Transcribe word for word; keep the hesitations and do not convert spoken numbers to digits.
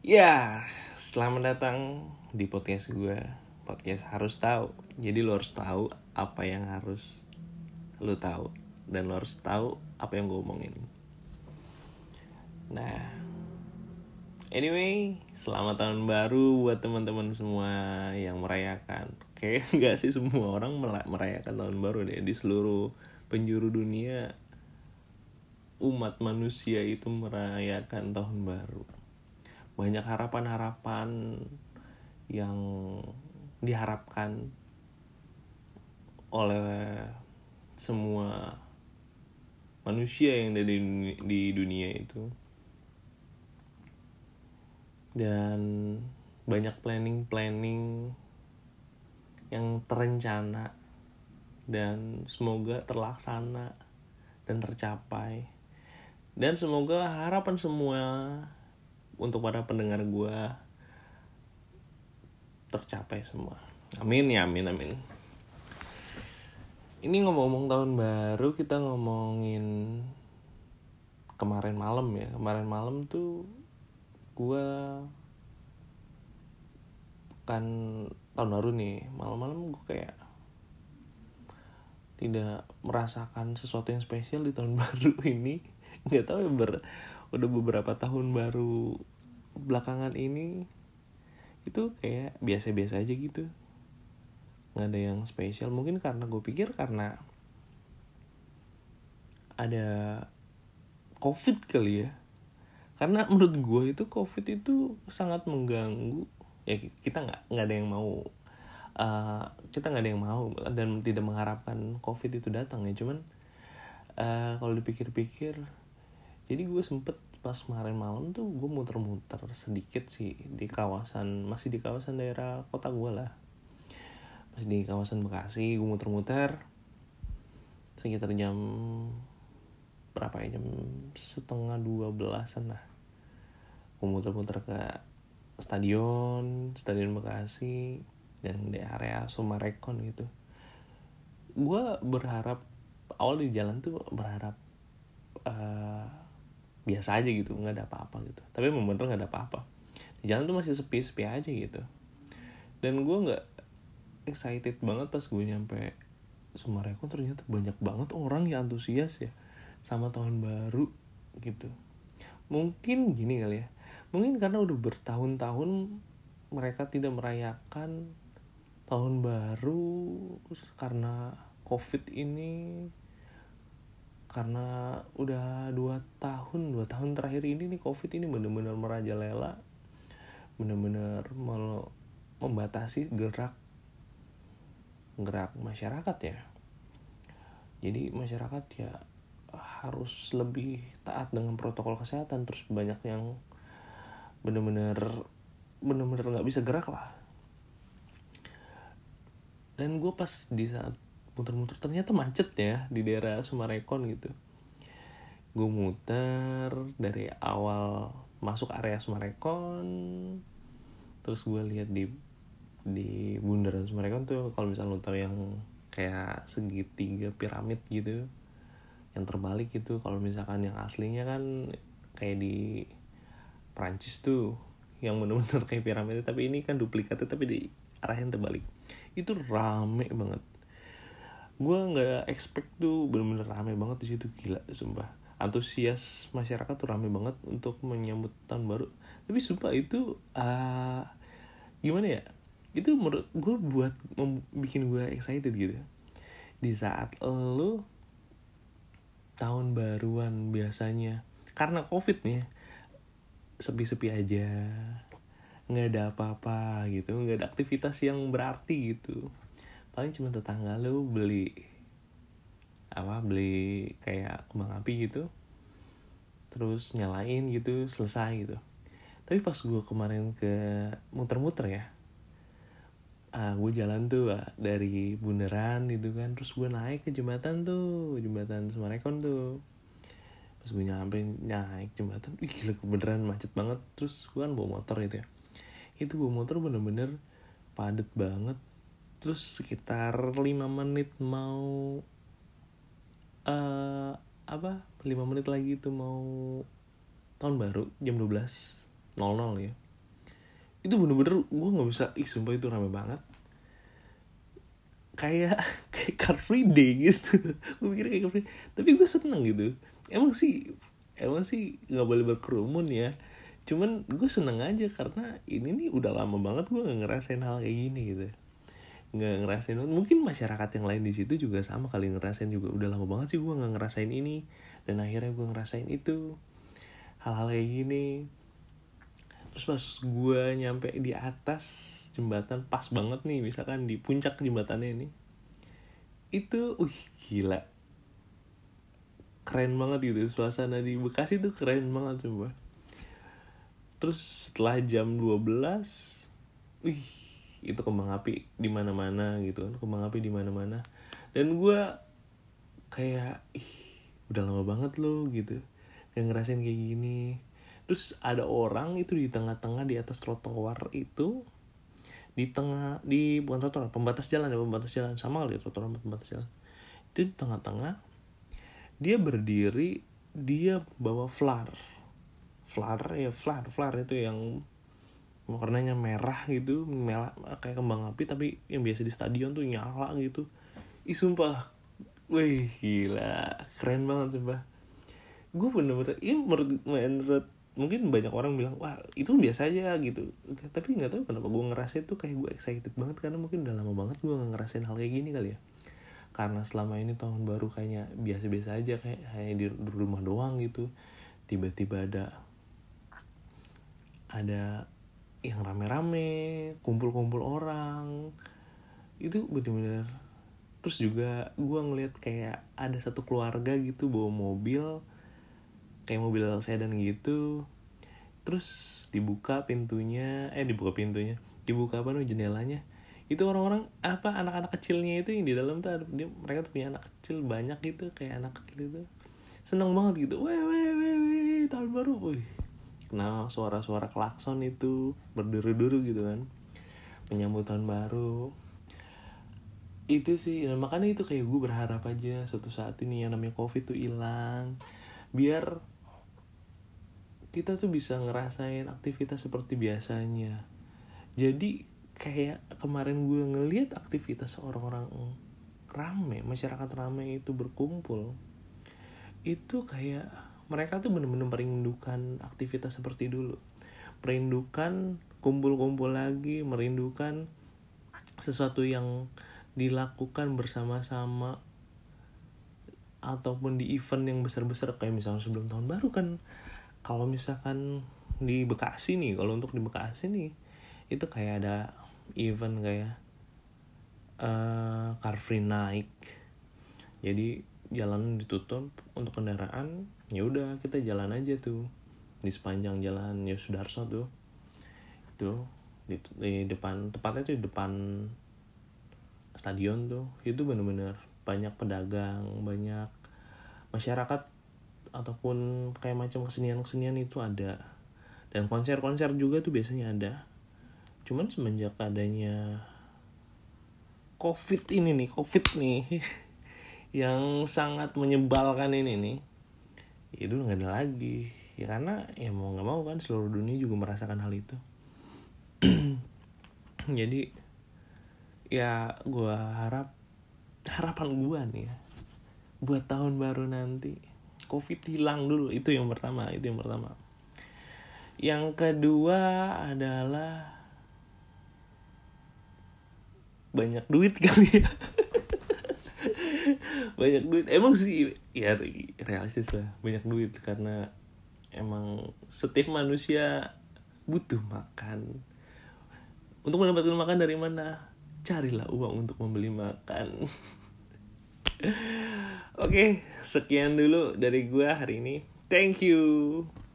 Ya, selamat datang di podcast gue. Podcast harus tahu. Jadi lo harus tahu apa yang harus lo tahu. Dan lo harus tahu apa yang gue omongin. Nah, anyway, selamat tahun baru buat teman-teman semua yang merayakan. Kayak gak sih semua orang merayakan tahun baru deh. Di seluruh penjuru dunia, umat manusia itu merayakan tahun baru. Banyak harapan-harapan yang diharapkan oleh semua manusia yang ada di, di dunia itu. Dan banyak planning-planning yang terencana dan semoga terlaksana dan tercapai. Dan semoga harapan semua untuk para pendengar gue tercapai semua. Amin ya, amin, amin. Ini ngomong-ngomong tahun baru, kita ngomongin kemarin malam ya. Kemarin malam tuh gue kan tahun baru nih. Malam-malam gue kayak tidak merasakan sesuatu yang spesial di tahun baru ini. Gak tahu ya, ber, udah beberapa tahun baru belakangan ini itu kayak biasa-biasa aja gitu, nggak ada yang spesial. Mungkin karena gue pikir karena ada COVID kali ya. Karena menurut gue itu COVID itu sangat mengganggu. Ya kita nggak nggak ada yang mau uh, kita nggak ada yang mau dan tidak mengharapkan COVID itu datang ya. Cuman uh, kalau dipikir-pikir, jadi gue sempet pas kemarin malam tuh gue muter-muter sedikit sih di kawasan, masih di kawasan daerah kota gue lah, masih di kawasan Bekasi. Gue muter-muter sekitar jam berapa ya, jam setengah dua belasan lah. Gue muter-muter ke stadion stadion Bekasi dan di area Sumarekon gitu. Gue berharap awal di jalan tuh berharap uh, biasa aja gitu, nggak ada apa-apa gitu. Tapi memang bener nggak ada apa-apa. Di jalan tuh masih sepi-sepi aja gitu. Dan gue nggak excited banget pas gue nyampe Sumarekon. Ternyata banyak banget orang yang antusias ya sama tahun baru gitu. Mungkin gini kali ya. Mungkin karena udah bertahun-tahun mereka tidak merayakan tahun baru karena COVID ini. Karena udah dua tahun, dua tahun terakhir ini nih COVID ini benar-benar merajalela, benar-benar membatasi gerak gerak masyarakat ya. Jadi masyarakat ya harus lebih taat dengan protokol kesehatan. Terus banyak yang benar-benar benar-benar nggak bisa gerak lah. Dan gue pas di saat muter-muter ternyata macet ya di daerah Sumarekon gitu. Gue muter dari awal masuk area Sumarekon, terus gue lihat di di bundaran Sumarekon tuh, kalau misalnya lo tahu yang kayak segitiga piramid gitu, yang terbalik gitu. Kalau misalkan yang aslinya kan kayak di Prancis tuh, yang benar-benar kayak piramid, tapi ini kan duplikatnya tapi di arahin terbalik. Itu rame banget. Gue nggak expect tuh bener-bener rame banget di situ, gila sumpah. Antusias masyarakat tuh rame banget untuk menyambut tahun baru. Tapi sumpah itu uh, gimana ya? Itu menurut gue buat mem- bikin gue excited gitu. Di saat lo tahun baruan biasanya karena COVID nih sepi-sepi aja, nggak ada apa-apa gitu, nggak ada aktivitas yang berarti gitu. Paling cuma tetangga lo beli apa beli kayak kembang api gitu, terus nyalain gitu, selesai gitu. Tapi pas gue kemarin ke muter-muter ya, ah gue jalan tuh ah, dari bundaran gitu kan, terus gue naik ke jembatan tuh, jembatan Sumarekon tuh. Pas gue nyampe naik jembatan, wih gila beneran macet banget. Terus gue kan bawa motor itu ya, itu bawa motor bener-bener padet banget. Terus sekitar lima menit mau uh, apa lima menit lagi itu mau tahun baru jam dua belas nol nol ya. Itu bener-bener gue nggak bisa, ih sumpah itu rame banget, kayak kayak Car Free Day gitu. Gue pikir kayak Car Free, tapi gue seneng gitu. Emang sih emang sih nggak boleh berkerumun ya, cuman gue seneng aja karena ini nih udah lama banget gue nggak ngerasain hal kayak gini gitu, nggak ngerasain. Mungkin masyarakat yang lain di situ juga sama kali ngerasain juga, udah lama banget sih gue nggak ngerasain ini, dan akhirnya gue ngerasain itu, hal-hal kayak gini. Terus pas gue nyampe di atas jembatan, pas banget nih misalkan di puncak jembatannya ini, itu wih gila, keren banget gitu suasana di Bekasi tuh, keren banget coba. Terus setelah jam dua belas, wih itu kembang api di mana-mana gitu kan, kembang api di mana-mana. Dan gue kayak ih udah lama banget loh gitu gak ngerasain kayak gini. Terus ada orang itu di tengah-tengah di atas trotoar itu, di tengah, di bukan trotoar, pembatas jalan ya, pembatas jalan sama kali ya, trotoar pembatas jalan. Itu di tengah-tengah dia berdiri, dia bawa flare. Flare ya, flare, flare itu yang warnanya merah gitu, merah kayak kembang api, tapi yang biasa di stadion tuh nyala gitu. Ih sumpah, wih gila, keren banget sumpah. Gue bener-bener, ini menurut, menurut mungkin banyak orang bilang wah itu biasa aja gitu, tapi nggak tahu kenapa gue ngerasain tuh kayak gue excited banget, karena mungkin udah lama banget gue nggak ngerasain hal kayak gini kali ya. Karena selama ini tahun baru kayaknya biasa-biasa aja, kayak kayak di rumah doang gitu. Tiba-tiba ada ada yang rame-rame, kumpul-kumpul orang, itu bener-bener. Terus juga gue ngeliat kayak ada satu keluarga gitu bawa mobil, kayak mobil sedan gitu. Terus dibuka pintunya, eh dibuka pintunya, dibuka apa nih jendelanya. Itu orang-orang apa, anak-anak kecilnya itu yang di dalam tuh, dia, mereka tuh punya anak kecil banyak gitu, kayak anak kecil itu seneng banget gitu, weh weh weh weh tahun baru, wih. Nah suara-suara klakson itu berduru-duru gitu kan, menyambut tahun baru. Itu sih, dan makanya itu kayak gue berharap aja suatu saat ini yang namanya covid tuh hilang, biar kita tuh bisa ngerasain aktivitas seperti biasanya. Jadi kayak kemarin gue ngelihat aktivitas orang-orang rame, masyarakat rame itu berkumpul, itu kayak mereka tuh bener-bener merindukan aktivitas seperti dulu, merindukan kumpul-kumpul lagi, merindukan sesuatu yang dilakukan bersama-sama, ataupun di event yang besar-besar kayak misalnya sebelum tahun baru kan. Kalau misalkan di Bekasi nih, kalau untuk di Bekasi nih itu kayak ada event kayak uh, Car Free Night. Jadi jalan ditutup untuk kendaraan, ya udah kita jalan aja tuh di sepanjang jalan Yosudarso tuh, itu di, di depan, tepatnya tuh di depan stadion tuh. Itu bener-bener banyak pedagang, banyak masyarakat, ataupun kayak macam kesenian-kesenian itu ada, dan konser-konser juga tuh biasanya ada. Cuman semenjak adanya covid ini nih, covid nih yang sangat menyebalkan ini nih, itu nggak ada lagi ya, karena ya mau nggak mau kan seluruh dunia juga merasakan hal itu. Jadi ya gue harap, harapan gue nih ya, buat tahun baru nanti covid hilang dulu, itu yang pertama, itu yang pertama. Yang kedua adalah banyak duit kali ya. Banyak duit, emang sih ya realistis lah, banyak duit, karena emang setiap manusia butuh makan. Untuk mendapatkan makan dari mana? Carilah uang untuk membeli makan. Oke, sekian dulu dari gue hari ini. Thank you.